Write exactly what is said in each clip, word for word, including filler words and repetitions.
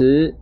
十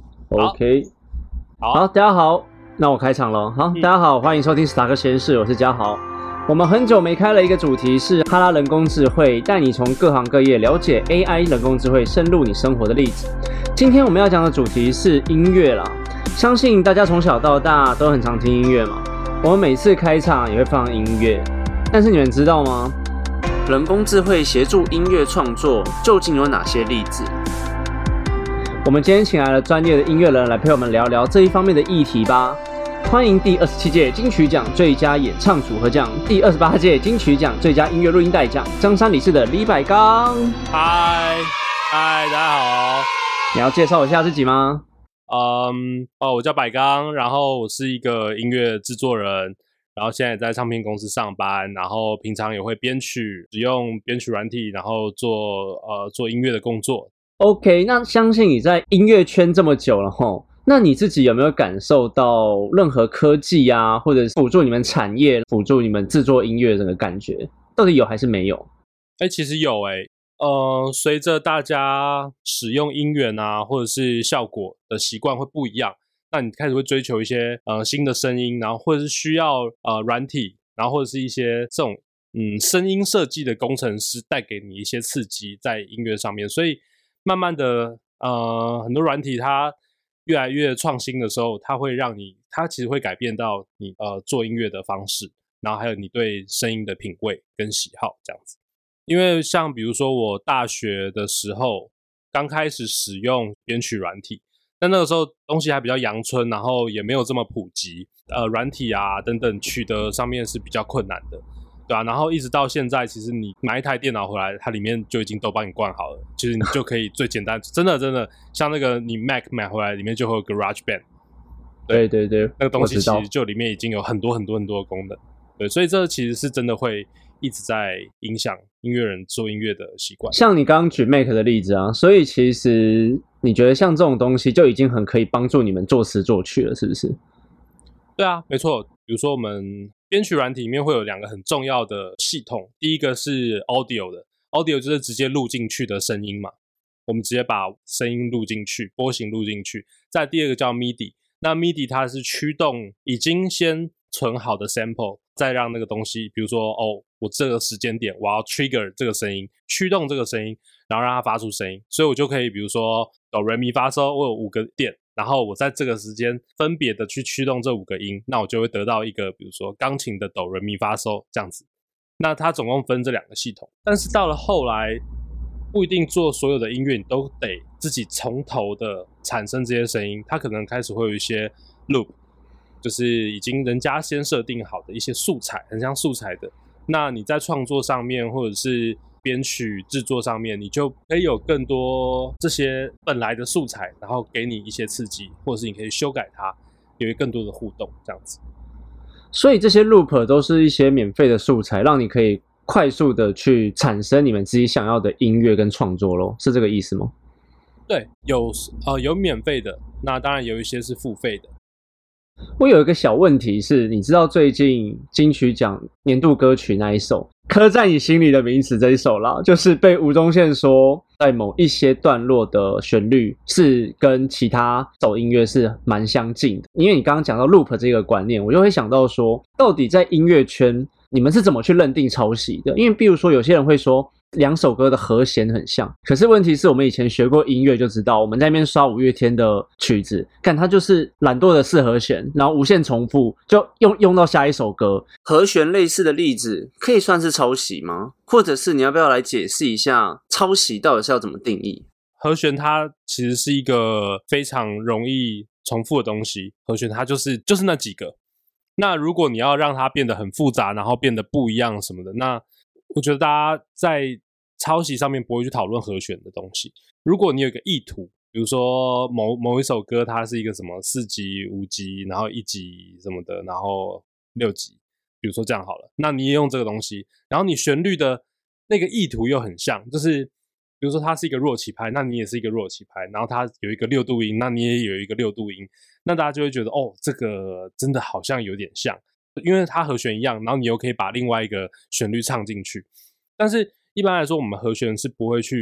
，OK， 好， 好，大家好，那我开场了。好， 嗯、 大家好，欢迎收听史塔克实验室，我是嘉豪。我们很久没开了一个主题是哈拉人工智慧，带你从各行各业了解 A I 人工智慧深入你生活的例子。今天我们要讲的主题是音乐啦，相信大家从小到大都很常听音乐嘛，我们每次开场也会放音乐，但是你们知道吗？人工智慧协助音乐创作究竟有哪些例子？我们今天请来了专业的音乐人来陪我们聊聊这一方面的议题吧。欢迎第二十七届金曲奖最佳演唱组合奖、第二十八届金曲奖最佳音乐录音带奖，张三李四的李百刚。 嗨嗨，大家好。 你要介绍一下自己吗？ 嗯，哦，我叫百刚，然后我是一个音乐制作人，然后现在也在唱片公司上班，然后平常也会编曲，使用编曲软体，然后做呃做音乐的工作。 OK， 那相信你在音乐圈这么久了齁，那你自己有没有感受到任何科技啊，或者辅助你们产业、辅助你们制作音乐的这个感觉，到底有还是没有？ 哎、欸，其实有哎、欸，呃，随着大家使用音源啊，或者是效果的习惯会不一样，那你开始会追求一些呃新的声音，然后或者是需要呃软体，然后或者是一些这种嗯声音设计的工程师带给你一些刺激在音乐上面，所以慢慢的呃很多软体它越来越创新的时候，它会让你它其实会改变到你呃做音乐的方式，然后还有你对声音的品味跟喜好这样子。因为像比如说我大学的时候刚开始使用编曲软体，但那个时候东西还比较阳春，然后也没有这么普及，呃软体啊等等取得上面是比较困难的，对啊，然后一直到现在，其实你买一台电脑回来，它里面就已经都帮你灌好了，其实你就可以最简单真的真的像那个你 Mac 买回来里面就会有 GarageBand， 对对对， 那个东西其实就里面已经有很多很多很多的功能，对，所以这其实是真的会一直在影响音乐人做音乐的习惯。 像你刚刚举 Mac 的例子啊，所以其实你觉得像这种东西就已经很可以帮助你们作词作曲了，是不是？ 对啊，没错。比如说我们编曲软体里面会有两个很重要的系统，第一个是 Audio 的 ，Audio 就是直接录进去的声音嘛，我们直接把声音录进去，波形录进去。再第二个叫 MIDI， 那 MIDI 它是驱动已经先存好的 sample， 再让那个东西，比如说哦，我这个时间点我要 trigger 这个声音，驱动这个声音，然后让它发出声音，所以我就可以比如说哆来咪发嗦，我有五个电，然后我在这个时间分别的去驱动这五个音，那我就会得到一个比如说钢琴的哆来咪发嗦这样子。那它总共分这两个系统，但是到了后来不一定做所有的音乐你都得自己从头的产生这些声音，它可能开始会有一些 loop， 就是已经人家先设定好的一些素材，很像素材的，那你在创作上面或者是编曲制作上面，你就可以有更多这些本来的素材，然后给你一些刺激，或者是你可以修改它，有更多的互动这样子。 所以这些 loop 都是一些免费的素材，让你可以快速的去产生你们自己想要的音乐跟创作咯，是这个意思吗？ 对，有呃有免费的，那当然有一些是付费的。 我有一个小问题是，你知道最近金曲奖年度歌曲那一首刻在你心里的名词这一首啦，就是被吴宗宪说在某一些段落的旋律是跟其他首音乐是蛮相近的。因为你刚刚讲到 loop 这个观念，我就会想到说，到底在音乐圈你们是怎么去认定抄袭的？因为比如说有些人会说两首歌的和弦很像，可是问题是我们以前学过音乐就知道，我们在那边刷五月天的曲子，干它就是懒惰的四和弦，然后无限重复，就用用到下一首歌。和弦类似的例子可以算是抄袭吗？或者是你要不要来解释一下抄袭到底是要怎么定义？ 和弦它其实是一个非常容易重复的东西，和弦它就是就是那几个。那如果你要让它变得很复杂，然后变得不一样什么的，那我觉得大家在抄袭上面不会去讨论和弦的东西。如果你有一个意图，比如说某某一首歌它是一个什么四级、五级，然后一级什么的，然后六级，比如说这样好了，那你也用这个东西，然后你旋律的那个意图又很像，就是比如说它是一个弱起拍，那你也是一个弱起拍，然后它有一个六度音，那你也有一个六度音，那大家就会觉得哦，这个真的好像有点像，因为它和弦一样，然后你又可以把另外一个旋律唱进去。但是一般来说我们和弦是不会去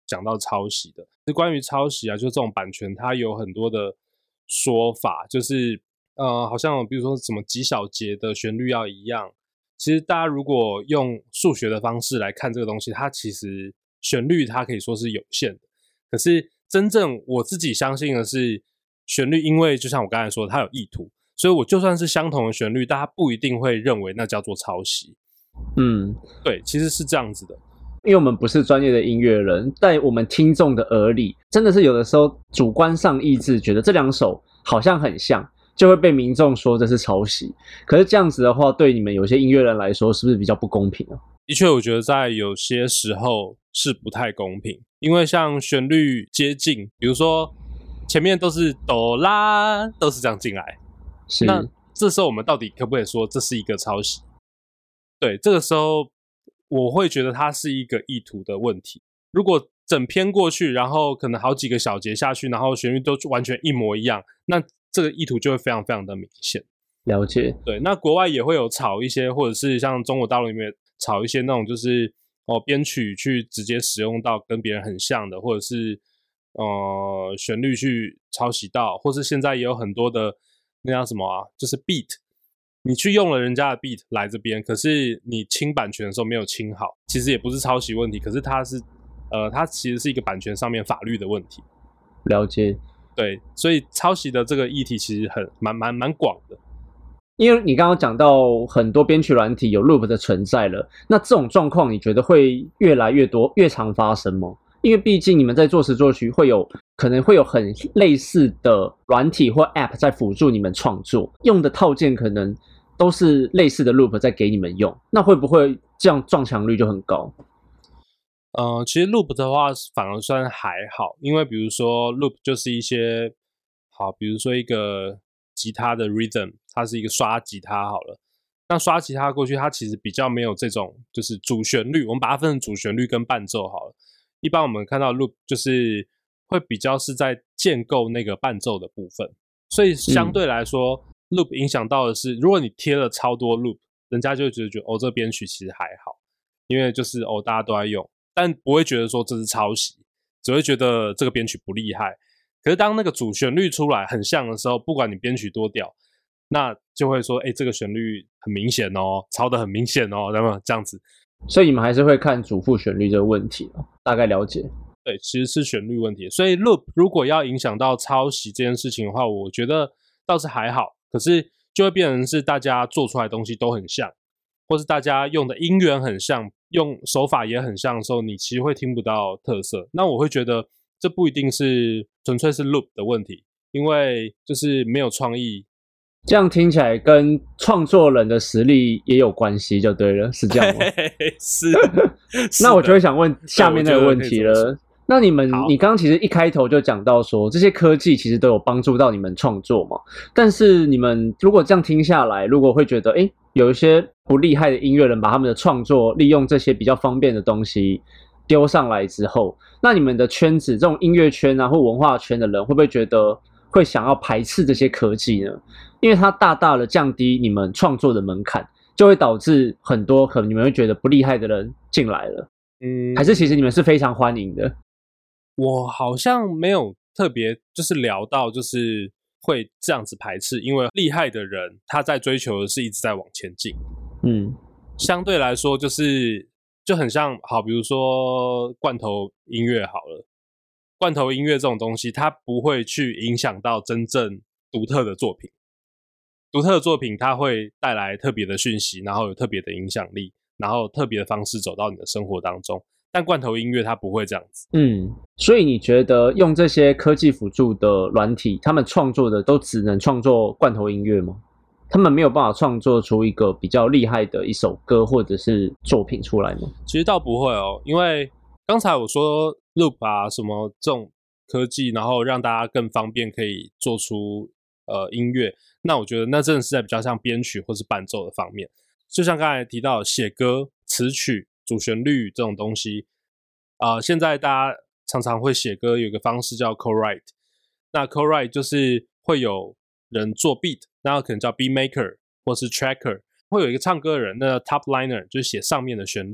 讲到抄袭的。是关于抄袭啊，就这种版权，它有很多的说法，就是呃，好像比如说什么几小节的旋律要一样。其实大家如果用数学的方式来看这个东西，它其实旋律它可以说是有限的。可是真正我自己相信的是，旋律因为就像我刚才说它有意图，所以我就算是相同的旋律，大家不一定会认为那叫做抄袭。 嗯， 对，其实是这样子的。 因为我们不是专业的音乐人，在我们听众的耳里，真的是有的时候主观上意志觉得这两首好像很像，就会被民众说这是抄袭。可是这样子的话，对你们有些音乐人来说，是不是比较不公平啊？ 的确，我觉得在有些时候是不太公平，因为像旋律接近，比如说前面都是哆啦，都是这样进来， 是。 那这时候我们到底可不可以说这是一个抄袭？对，这个时候我会觉得它是一个意图的问题。如果整篇过去，然后可能好几个小节下去，然后旋律都完全一模一样，那这个意图就会非常非常的明显。 了解。 对，那国外也会有炒一些，或者是像中国大陆里面炒一些那种就是哦编曲去直接使用到跟别人很像的，或者是呃旋律去抄袭到，或是现在也有很多的那叫什么啊，就是 beat， 你去用了人家的 beat 来这边，可是你清版权的时候没有清好，其实也不是抄袭问题，可是它是呃它其实是一个版权上面法律的问题。 了解。 对，所以抄袭的这个议题其实很蛮蛮蛮广的。 因为你刚刚讲到很多编曲软体有 loop 的存在了，那这种状况你觉得会越来越多、越常发生吗？因为毕竟你们在作词作曲会有可能会有很类似的软体或 app 在辅助你们创作，用的套件可能都是类似的 loop 在给你们用，那会不会这样撞墙率就很高？ 呃，其实 loop 的话反而算还好，因为比如说 loop 就是一些好，比如说一个吉他的 rhythm， 它是一个刷吉他好了，那刷吉他过去，它其实比较没有这种就是主旋律，我们把它分成主旋律跟伴奏好了。一般我们看到 loop 就是会比较是在建构那个伴奏的部分，所以相对来说、嗯、loop 影响到的是，如果你贴了超多 loop， 人家就会觉得哦，这个编曲其实还好，因为就是哦大家都在用，但不会觉得说这是抄袭，只会觉得这个编曲不厉害。可是当那个主旋律出来很像的时候，不管你编曲多屌，那就会说，哎、欸，这个旋律很明显哦，抄得很明显哦，那么这样子。 所以你们还是会看主副旋律这个问题，大概了解。 对，其实是旋律问题。所以 loop 如果要影响到抄袭这件事情的话，我觉得倒是还好。可是就会变成是大家做出来的东西都很像，或是大家用的音源很像，用手法也很像的时候，你其实会听不到特色。那我会觉得这不一定是纯粹是 loop 的问题，因为就是没有创意。 这样听起来跟创作人的实力也有关系，就对了，是这样吗？ 是。 那我就会想问下面那个问题了。那你们，你刚刚其实一开头就讲到说，这些科技其实都有帮助到你们创作嘛？但是你们如果这样听下来，如果会觉得，哎，有一些不厉害的音乐人把他们的创作利用这些比较方便的东西丢上来之后，那你们的圈子，这种音乐圈啊或文化圈的人，会不会觉得会想要排斥这些科技呢？因为它大大的降低你们创作的门槛，就会导致很多可能你们会觉得不厉害的人进来了。嗯，还是其实你们是非常欢迎的？ 我好像没有特别就是聊到就是会这样子排斥，因为厉害的人他在追求的是一直在往前进。嗯，相对来说就是就很像好，比如说罐头音乐好了，罐头音乐这种东西，它不会去影响到真正独特的作品。独特的作品它会带来特别的讯息，然后有特别的影响力，然后特别的方式走到你的生活当中。但罐头音乐它不会这样子。 嗯，所以你觉得用这些科技辅助的软体，他们创作的都只能创作罐头音乐吗？他们没有办法创作出一个比较厉害的一首歌或者是作品出来吗？ 其实倒不会哦，因为刚才我说 loop 啊什么这种科技，然后让大家更方便可以做出呃音乐，那我觉得那真的是在比较像编曲或是伴奏的方面。就像刚才提到写歌、词曲、主旋律这种东西，呃，现在大家常常会写歌，有一个方式叫 co-write。那 co-write 就是会有人做 beat， 那可能叫 beat maker 或是 tracker， 会有一个唱歌的人，那 top liner 就是写上面的旋律。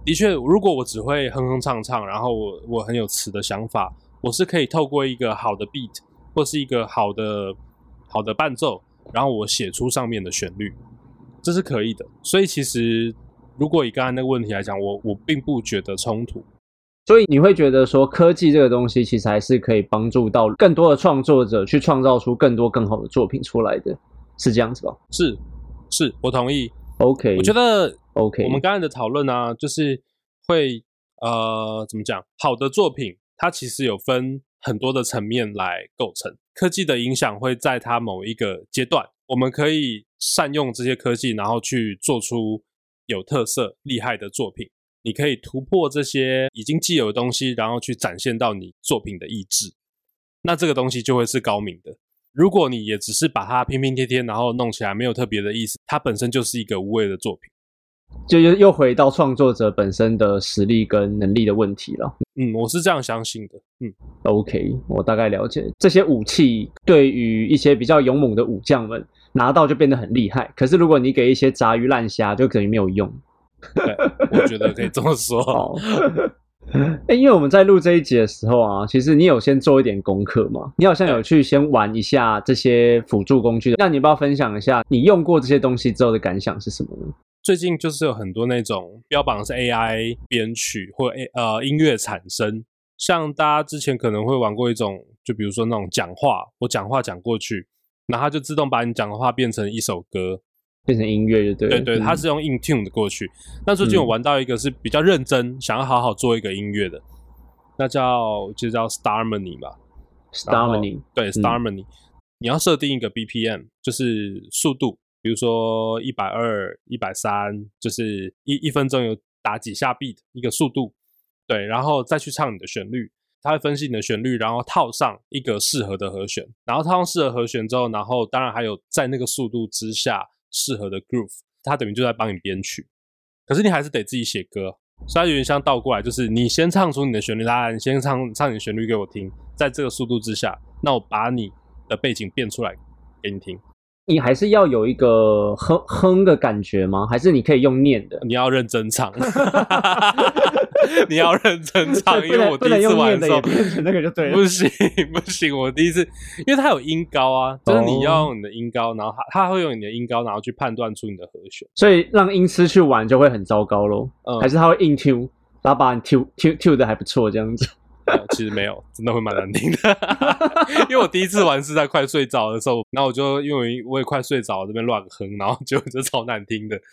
的确，如果我只会哼哼唱唱，然后我我很有词的想法，我是可以透过一个好的 beat 或是一个好的好的伴奏，然后我写出上面的旋律，这是可以的。所以其实如果以刚才那个问题来讲，我我并不觉得冲突。 所以你会觉得说科技这个东西其实还是可以帮助到更多的创作者去创造出更多更好的作品出来的，是这样子吧？ 是是，我同意。 OK， 我觉得 OK， 我们刚才的讨论啊，就是会呃怎么讲？好的作品它其实有分很多的层面来构成，科技的影响会在它某一个阶段，我们可以善用这些科技，然后去做出有特色、厉害的作品。你可以突破这些已经既有的东西，然后去展现到你作品的意志，那这个东西就会是高明的。如果你也只是把它拼拼贴贴，然后弄起来没有特别的意思，它本身就是一个无谓的作品。 就又回到创作者本身的实力跟能力的问题了。 嗯，我是这样相信的。嗯 ，OK， 我大概了解这些武器对于一些比较勇猛的武将们拿到就变得很厉害，可是如果你给一些杂鱼烂虾，就等于没有用。 对，我觉得可以这么说。 好，欸，因为我们在录这一集的时候啊，其实你有先做一点功课嘛，你好像有去先玩一下这些辅助工具，那你要不要分享一下你用过这些东西之后的感想是什么呢？ 最近就是有很多那种标榜是 A I 编曲或 A, 呃音乐产生，像大家之前可能会玩过一种，就比如说那种讲话，我讲话讲过去，然后它就自动把你讲的话变成一首歌，变成音乐就对了。 对对，它是用 in-tune 的过去。那最近我玩到一个是比较认真，嗯、想要好好做一个音乐的，那叫就叫 Starmony 吧 ，Starmony 对 Starmony，、嗯、你要设定一个 B P M， 就是速度。比如说一百二十、一百三十，就是一一分钟有打几下 beat 一个速度，对，然后再去唱你的旋律，它会分析你的旋律，然后套上一个适合的和弦，然后套上适合和弦之后，然后当然还有在那个速度之下适合的 groove， 它等于就在帮你编曲，可是你还是得自己写歌，所以它有点像倒过来，就是你先唱出你的旋律，来，你先唱唱你的旋律给我听，在这个速度之下，那我把你的背景变出来给你听。 你还是要有一个哼哼的感觉吗？还是你可以用念的？ 你要认真唱，你要认真唱，因为我第一次玩的时候变成那个就对了， 不行不行，我第一次，因为它有音高啊，就是你要用你的音高，然后它它会用你的音高，然后去判断出你的和弦， 所以让音痴去玩就会很糟糕咯。嗯，还是它会硬 tune， 然后把你 tune tune tune 的还不错这样子。 呃、其实没有，真的会蛮难听的。因为我第一次玩是在快睡着的时候，然后我就因为我也快睡着，这边乱哼，然后结果就超难听的。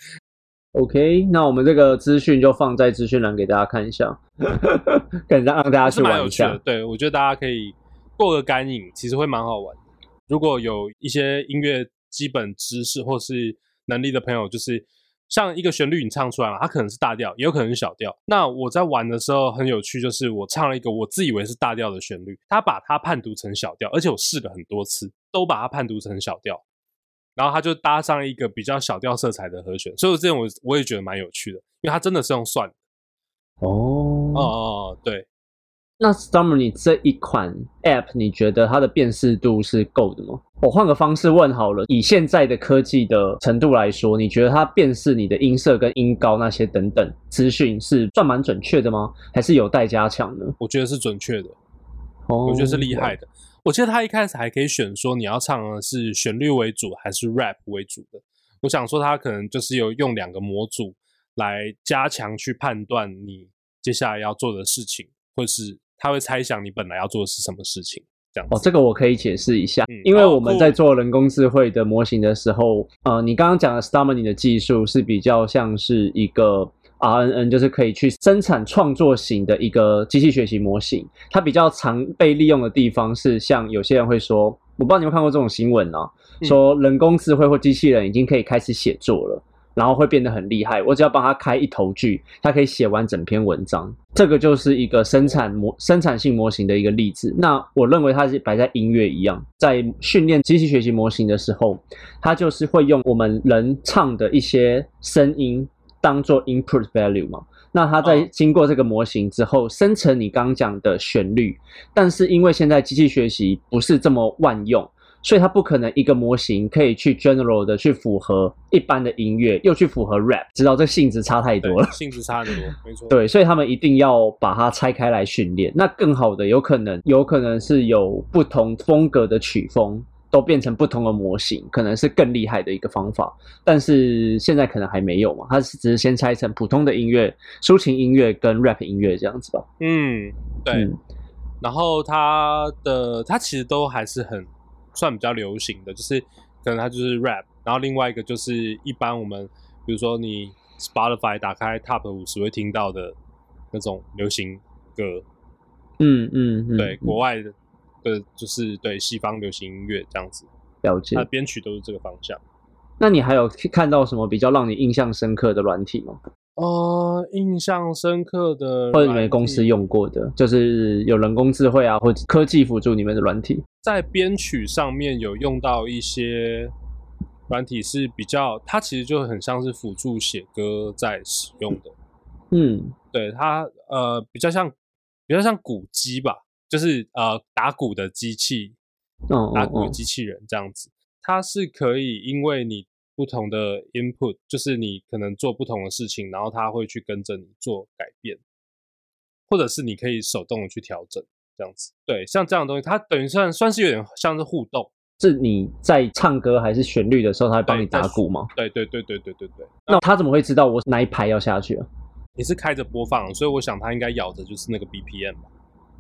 OK， 那我们这个资讯就放在资讯栏给大家看一下，让让大家去玩一下。 对，我觉得大家可以过个干瘾，其实会蛮好玩的。如果有一些音乐基本知识或是能力的朋友，就是像一个旋律你唱出来嘛，它可能是大调，也有可能是小调。那我在玩的时候很有趣，就是我唱了一个我自以为是大调的旋律，他把它判读成小调，而且我试了很多次，都把它判读成小调，然后他就搭上一个比较小调色彩的和弦，所以我这种我我也觉得蛮有趣的，因为它真的是用算的。 哦哦哦，对。 那 Starmony 这一款 App 你觉得它的辨识度是够的吗？我换个方式问好了，以现在的科技的程度来说，你觉得它辨识你的音色跟音高那些等等资讯是算蛮准确的吗？还是有待加强呢？ 我觉得是准确的， 哦， 我觉得是厉害的。我记得他一开始还可以选说你要唱的是旋律为主还是 rap 为主的。我想说他可能就是有用两个模组来加强去判断你接下来要做的事情，或是他会猜想你本来要做的是什么事情，这样子。 哦，这个我可以解释一下， 嗯、 因为我们在做人工智慧的模型的时候，呃，你刚刚讲的 Starmony 的技术是比较像是一个 R N N， 就是可以去生产创作型的一个机器学习模型。它比较常被利用的地方是，像有些人会说，我不知道你有没有看过这种新闻啊，说人工智慧或机器人已经可以开始写作了。然后会变得很厉害，我只要帮他开一头句，他可以写完整篇文章。这个就是一个生产模生产性模型的一个例子。那我认为它是摆在音乐一样，在训练机器学习模型的时候，它就是会用我们人唱的一些声音当做 input value 嘛。那它在经过这个模型之后，生成你刚刚讲的旋律，但是因为现在机器学习不是这么万用。 所以它不可能一个模型可以去 general 的去符合一般的音乐，又去符合 rap， 知道这性质差太多了， 性质差很多，没错。 对，所以他们一定要把它拆开来训练。那更好的有可能，有可能是有不同风格的曲风。都变成不同的模型，可能是更厉害的一个方法，但是现在可能还没有嘛，它是只是先拆成普通的音乐、抒情音乐跟 rap 音乐这样子吧。 嗯，对。嗯、然后它的它其实都还是很算比较流行的，就是可能它就是 rap， 然后另外一个就是一般我们比如说你 Spotify 打开 Top 五十会听到的那种流行歌。 嗯嗯嗯， 对，国外的。对，就是对西方流行音乐这样子， 了解。 它的编曲都是这个方向。 那你还有看到什么比较让你印象深刻的软体吗？ 呃，印象深刻的， 或者你们公司用过的，就是有人工智慧啊，或者科技辅助你们的软体， 在编曲上面有用到一些软体是比较，它其实就很像是辅助写歌在使用的。 嗯， 对，它呃比较像比较像鼓机吧。就是呃打鼓的机器， 哦， 打鼓的机器人这样子，它是可以因为你不同的 input， 就是你可能做不同的事情，然后它会去跟着你做改变，或者是你可以手动的去调整这样子。对，像这样的东西，它等于算算是有点像是互动。 是你在唱歌还是旋律的时候，它会帮你打鼓吗？ 对对对对对对对。 那它怎么会知道我哪一排要下去啊？ 你是开着播放，所以我想它应该咬着就是那个 B P M 吧。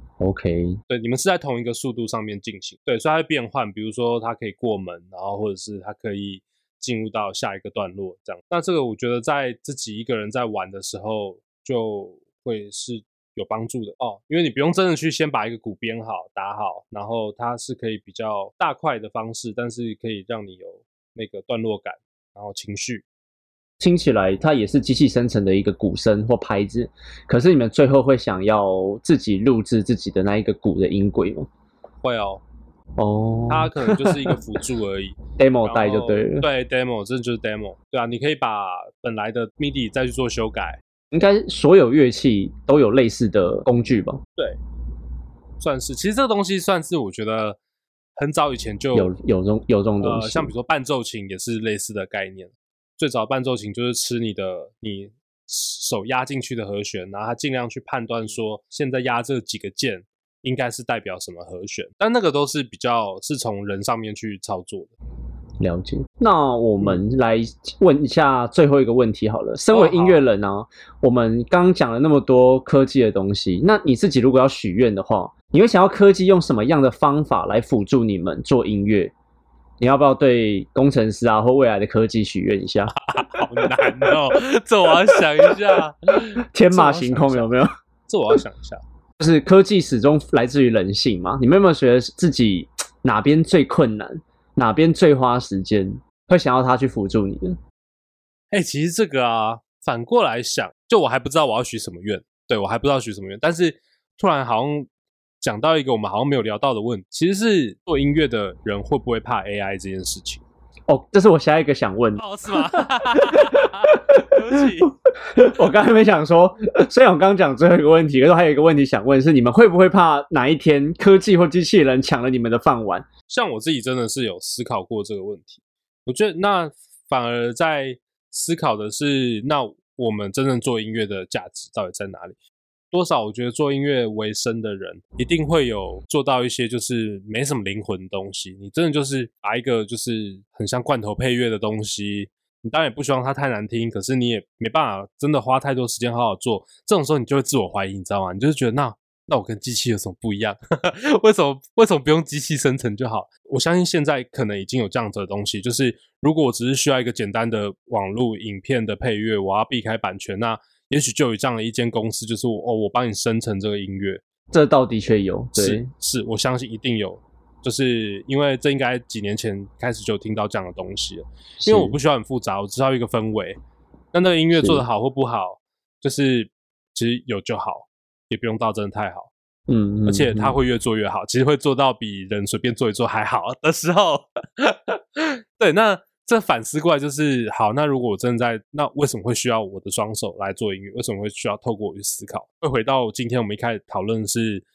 OK， 对，你们是在同一个速度上面进行，对，所以它会变换，比如说它可以过门，然后或者是它可以进入到下一个段落这样。那这个我觉得在自己一个人在玩的时候就会是有帮助的哦，因为你不用真的去先把一个鼓编好打好，然后它是可以比较大块的方式，但是可以让你有那个段落感，然后情绪。 听起来它也是机器生成的一个鼓声或拍子，可是你们最后会想要自己录制自己的那一个鼓的音轨吗？ 会哦， 哦， 它可能就是一个辅助而已 ，demo 带就对了。 对 ，demo 这就是 demo， 对啊，你可以把本来的 M I D I 再去做修改。 应该所有乐器都有类似的工具吧？ 对，算是。其实这个东西算是我觉得很早以前就有有这种有这种东西、 呃，像比如说伴奏琴也是类似的概念。最早伴奏琴就是吃你的你手压进去的和弦，然后它尽量去判断说现在压这几个键应该是代表什么和弦，但那个都是比较是从人上面去操作的。 了解。那我们来问一下最后一个问题好了。身为音乐人啊，哦、我们刚刚讲了那么多科技的东西，那你自己如果要许愿的话，你会想要科技用什么样的方法来辅助你们做音乐？你要不要对工程师啊或未来的科技许愿一下？ 好难哦，这我要想一下。 天马行空有没有？ 这我要想一下。 就是科技始终来自于人性嘛，你们有没有觉得自己哪边最困难，哪边最花时间，会想要它去辅助你的？ 哎、欸，其实这个啊，反过来想，就我还不知道我要许什么愿，对，我还不知道许什么愿，但是突然好像讲到一个我们好像没有聊到的问题，其实是做音乐的人会不会怕 A I 这件事情？ 哦，这是我下一个想问。 哦，是吗？对不起， 我刚才没想说，虽然我刚刚讲最后一个问题，可是还有一个问题想问，是你们会不会怕哪一天科技或机器人抢了你们的饭碗？ 像我自己真的是有思考过这个问题，我觉得那反而在思考的是，那我们真正做音乐的价值到底在哪里？多少我觉得做音乐为生的人一定会有做到一些就是没什么灵魂的东西，你真的就是把一个就是很像罐头配乐的东西，你当然也不希望它太难听，可是你也没办法真的花太多时间好好做，这种时候你就会自我怀疑，你知道吗？你就是觉得那那我跟机器有什么不一样？为什么为什么不用机器生成就好？我相信现在可能已经有这样子的东西，就是如果我只是需要一个简单的网络影片的配乐，我要避开版权，那也许就有这样的一间公司，就是我哦，我帮你生成这个音乐， 这倒的确有，对， 是是，我相信一定有，就是因为这应该几年前开始就听到这样的东西了，因为我不需要很复杂，我只要一个氛围，那那个音乐做得好或不好，就是其实有就好，也不用到真的太好， 嗯， 而且它会越做越好，其实会做到比人随便做一做还好的时候，对，那。这反思过来就是好，那如果我真的在，那为什么会需要我的双手来做音乐？为什么会需要透过我去思考？会回到今天我们一开始讨论是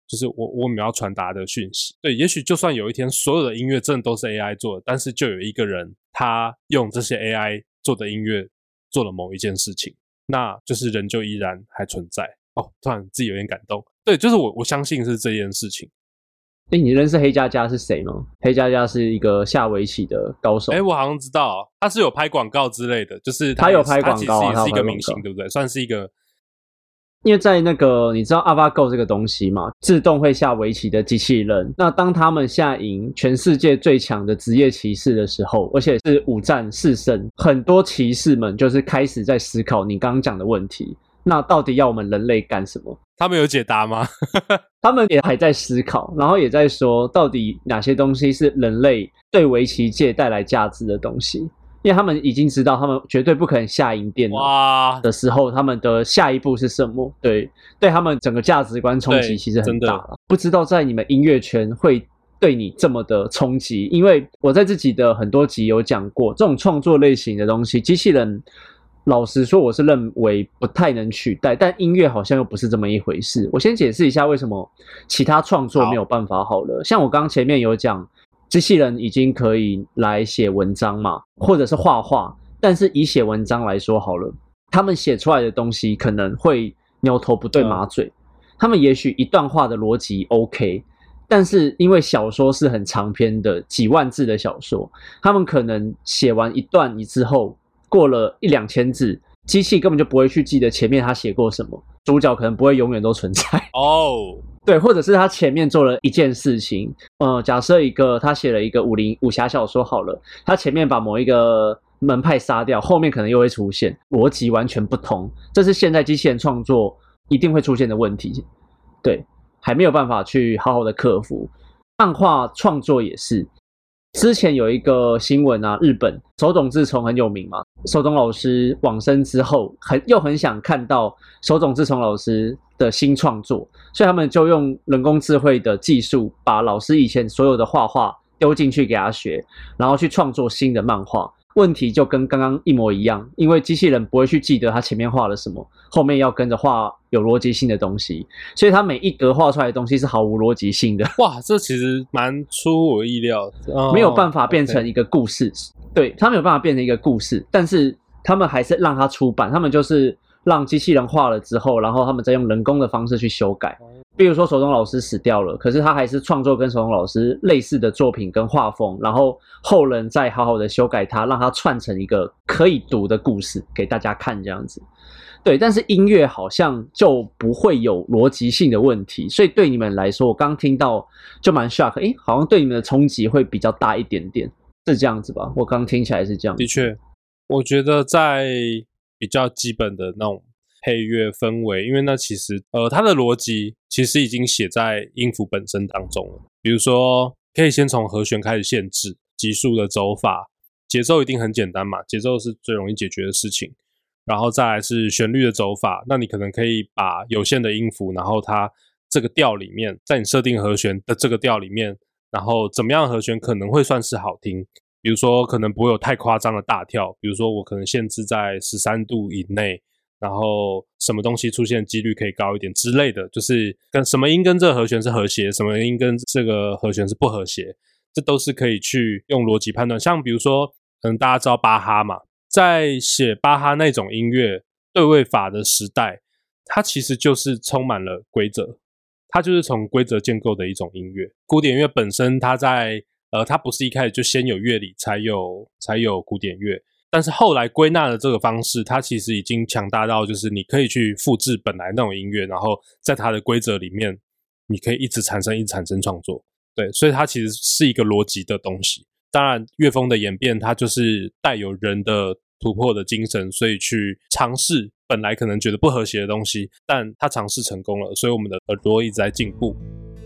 就是我我们要传达的讯息。对，也许就算有一天所有的音乐真的都是 A I 做的，但是就有一个人他用这些 A I 做的音乐做了某一件事情，那就是人就依然还存在。哦，突然自己有点感动。对，就是我我相信是这件事情。 诶，你认识黑佳佳是谁吗？黑佳佳是一个下围棋的高手。 诶，我好像知道，他是有拍广告之类的，就是他, 他有拍广告， 他其实也是一个明星，对不对？算是一个。 因为在那个你知道 AlphaGo 这个东西嘛，自动会下围棋的机器人，那当他们下赢全世界最强的职业棋士的时候，而且是五战四胜，很多棋士们就是开始在思考你刚刚讲的问题，那到底要我们人类干什么？ 他们有解答吗？ 他们也还在思考，然后也在说到底哪些东西是人类对围棋界带来价值的东西，因为他们已经知道他们绝对不可能下赢电脑的时候，他们的下一步是什么。对，对他们整个价值观冲击其实很大了。不知道在你们音乐圈会对你这么的冲击，因为我在自己的很多集有讲过，这种创作类型的东西，机器人老实说我是认为不太能取代，但音乐好像又不是这么一回事。我先解释一下为什么其他创作没有办法好了。像我刚刚前面有讲，机器人已经可以来写文章嘛，或者是画画，但是以写文章来说好了，他们写出来的东西可能会牛头不对马嘴、嗯、他们也许一段话的逻辑 OK， 但是因为小说是很长篇的几万字的小说，他们可能写完一段之后过了一两千字，机器根本就不会去记得前面他写过什么，主角可能不会永远都存在哦。 对，或者是他前面做了一件事情，呃，假设一个他写了一个武林武侠小说好了，他前面把某一个门派杀掉，后面可能又会出现，逻辑完全不同，这是现在机器人创作一定会出现的问题。对，还没有办法去好好的克服。漫画创作也是。之前有一个新闻啊，日本手冢治虫很有名嘛，手冢老师往生之后，很又很想看到手冢治虫老师的新创作，所以他们就用人工智慧的技术，把老师以前所有的画画丢进去给他学，然后去创作新的漫画。问题就跟刚刚一模一样，因为机器人不会去记得他前面画了什么，后面要跟着画有逻辑性的东西，所以他每一格画出来的东西是毫无逻辑性的。 哇，这其实蛮出我意料的、哦、 没有办法变成一个故事、okay. 对，他没有办法变成一个故事，但是他们还是让他出版，他们就是让机器人画了之后，然后他们再用人工的方式去修改。比如说手冢老师死掉了，可是他还是创作跟手冢老师类似的作品跟画风，然后后人再好好的修改它，让它串成一个可以读的故事给大家看这样子。对，但是音乐好像就不会有逻辑性的问题，所以对你们来说，我刚听到就蛮 shock， 诶，好像对你们的冲击会比较大一点点，是这样子吧？我刚听起来是这样。 的确，我觉得在比较基本的那种配乐氛围，因为那其实呃它的逻辑其实已经写在音符本身当中了。比如说可以先从和弦开始限制级数的走法，节奏一定很简单嘛，节奏是最容易解决的事情，然后再来是旋律的走法，那你可能可以把有限的音符，然后它这个调里面，在你设定和弦的这个调里面，然后怎么样的和弦可能会算是好听，比如说可能不会有太夸张的大跳，比如说我可能限制在十三度以内，然后什么东西出现的几率可以高一点之类的，就是跟什么音跟这个和弦是和谐，什么音跟这个和弦是不和谐，这都是可以去用逻辑判断。像比如说可能大家知道巴哈嘛，在写巴哈那种音乐对位法的时代，它其实就是充满了规则，它就是从规则建构的一种音乐。古典乐本身它在呃，它不是一开始就先有乐理才有才有古典乐，但是后来归纳的这个方式，它其实已经强大到就是你可以去复制本来那种音乐，然后在它的规则里面你可以一直产生一直产生创作。对，所以它其实是一个逻辑的东西。当然乐风的演变它就是带有人的突破的精神，所以去尝试本来可能觉得不和谐的东西，但它尝试成功了，所以我们的耳朵一直在进步。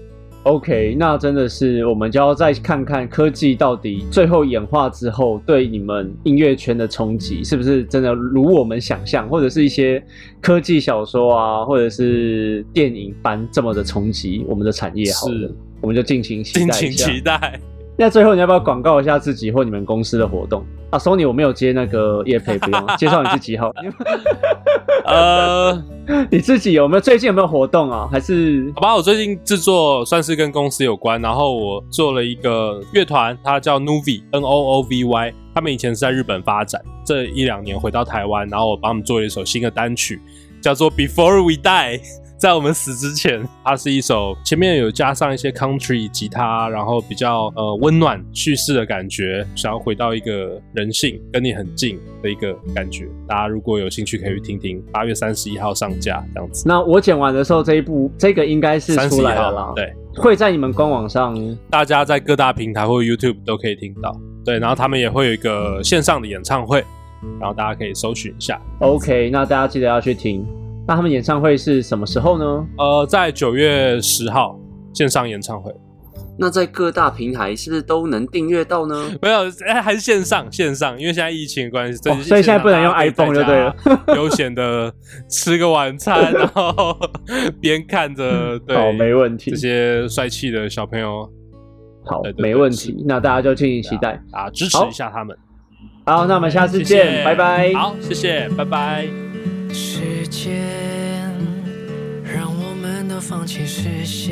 OK， 那真的是我们就要再看看科技到底最后演化之后对你们音乐圈的冲击是不是真的如我们想象，或者是一些科技小说啊或者是电影般这么的冲击我们的产业好了，我们就敬请期待一下。 敬请期待。 那最后你要不要广告一下自己或你们公司的活动？ 啊 ，Sony 我没有接那个业配，不用介绍你自己好。 呃， 你自己有没有最近有没有活动啊？还是好吧，我最近制作算是跟公司有关，然后我做了一个乐团，它叫 Noovy N O O V Y， 他们以前是在日本发展，这一两年回到台湾，然后我帮他们做了一首新的单曲，叫做 Before We Die。在我们死之前，它是一首前面有加上一些 country 吉他，然后比较呃温暖叙事的感觉，想要回到一个人性跟你很近的一个感觉。大家如果有兴趣可以去听听，八月三十一号上架这样子。 那我剪完的时候，这一部这个应该是出来了啦， 对， 会在你们官网上， 大家在各大平台或 YouTube 都可以听到。对，然后他们也会有一个线上的演唱会，然后大家可以搜寻一下。 OK， 那大家记得要去听。那他们演唱会是什么时候呢？ 呃，在九月十号线上演唱会。 那在各大平台是不是都能订阅到呢？ 没有，还是线上线上，因为现在疫情的关系、 哦，所以现在不能用 iPhone 就对了。 悠闲的吃个晚餐，然后边看着，对， 好，没问题。 这些帅气的小朋友， 好，对对对，没问题。那大家就敬请期待啊，支持一下他们。 好，那我们下次见， 谢谢拜拜。 好，谢谢，拜拜。 时间让我们都放弃视线，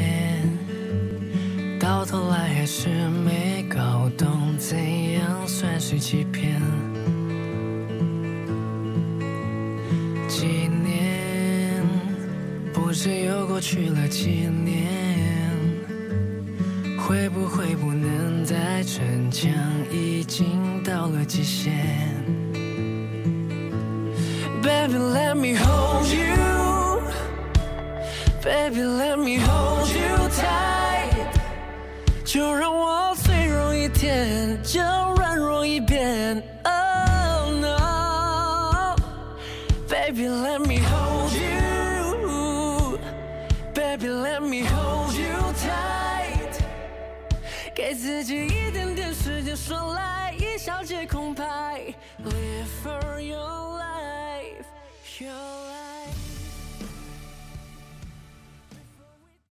到头来还是没搞懂怎样算是欺骗。几年不知又过去了几年，会不会不能再逞强，已经到了极限。Baby, let me hold you. Baby, let me hold you tight. 就让我脆弱一点，就软弱一遍。Oh no, baby, let me hold you. Baby, let me hold you tight. 给自己一点点时间，说来一笑皆空白。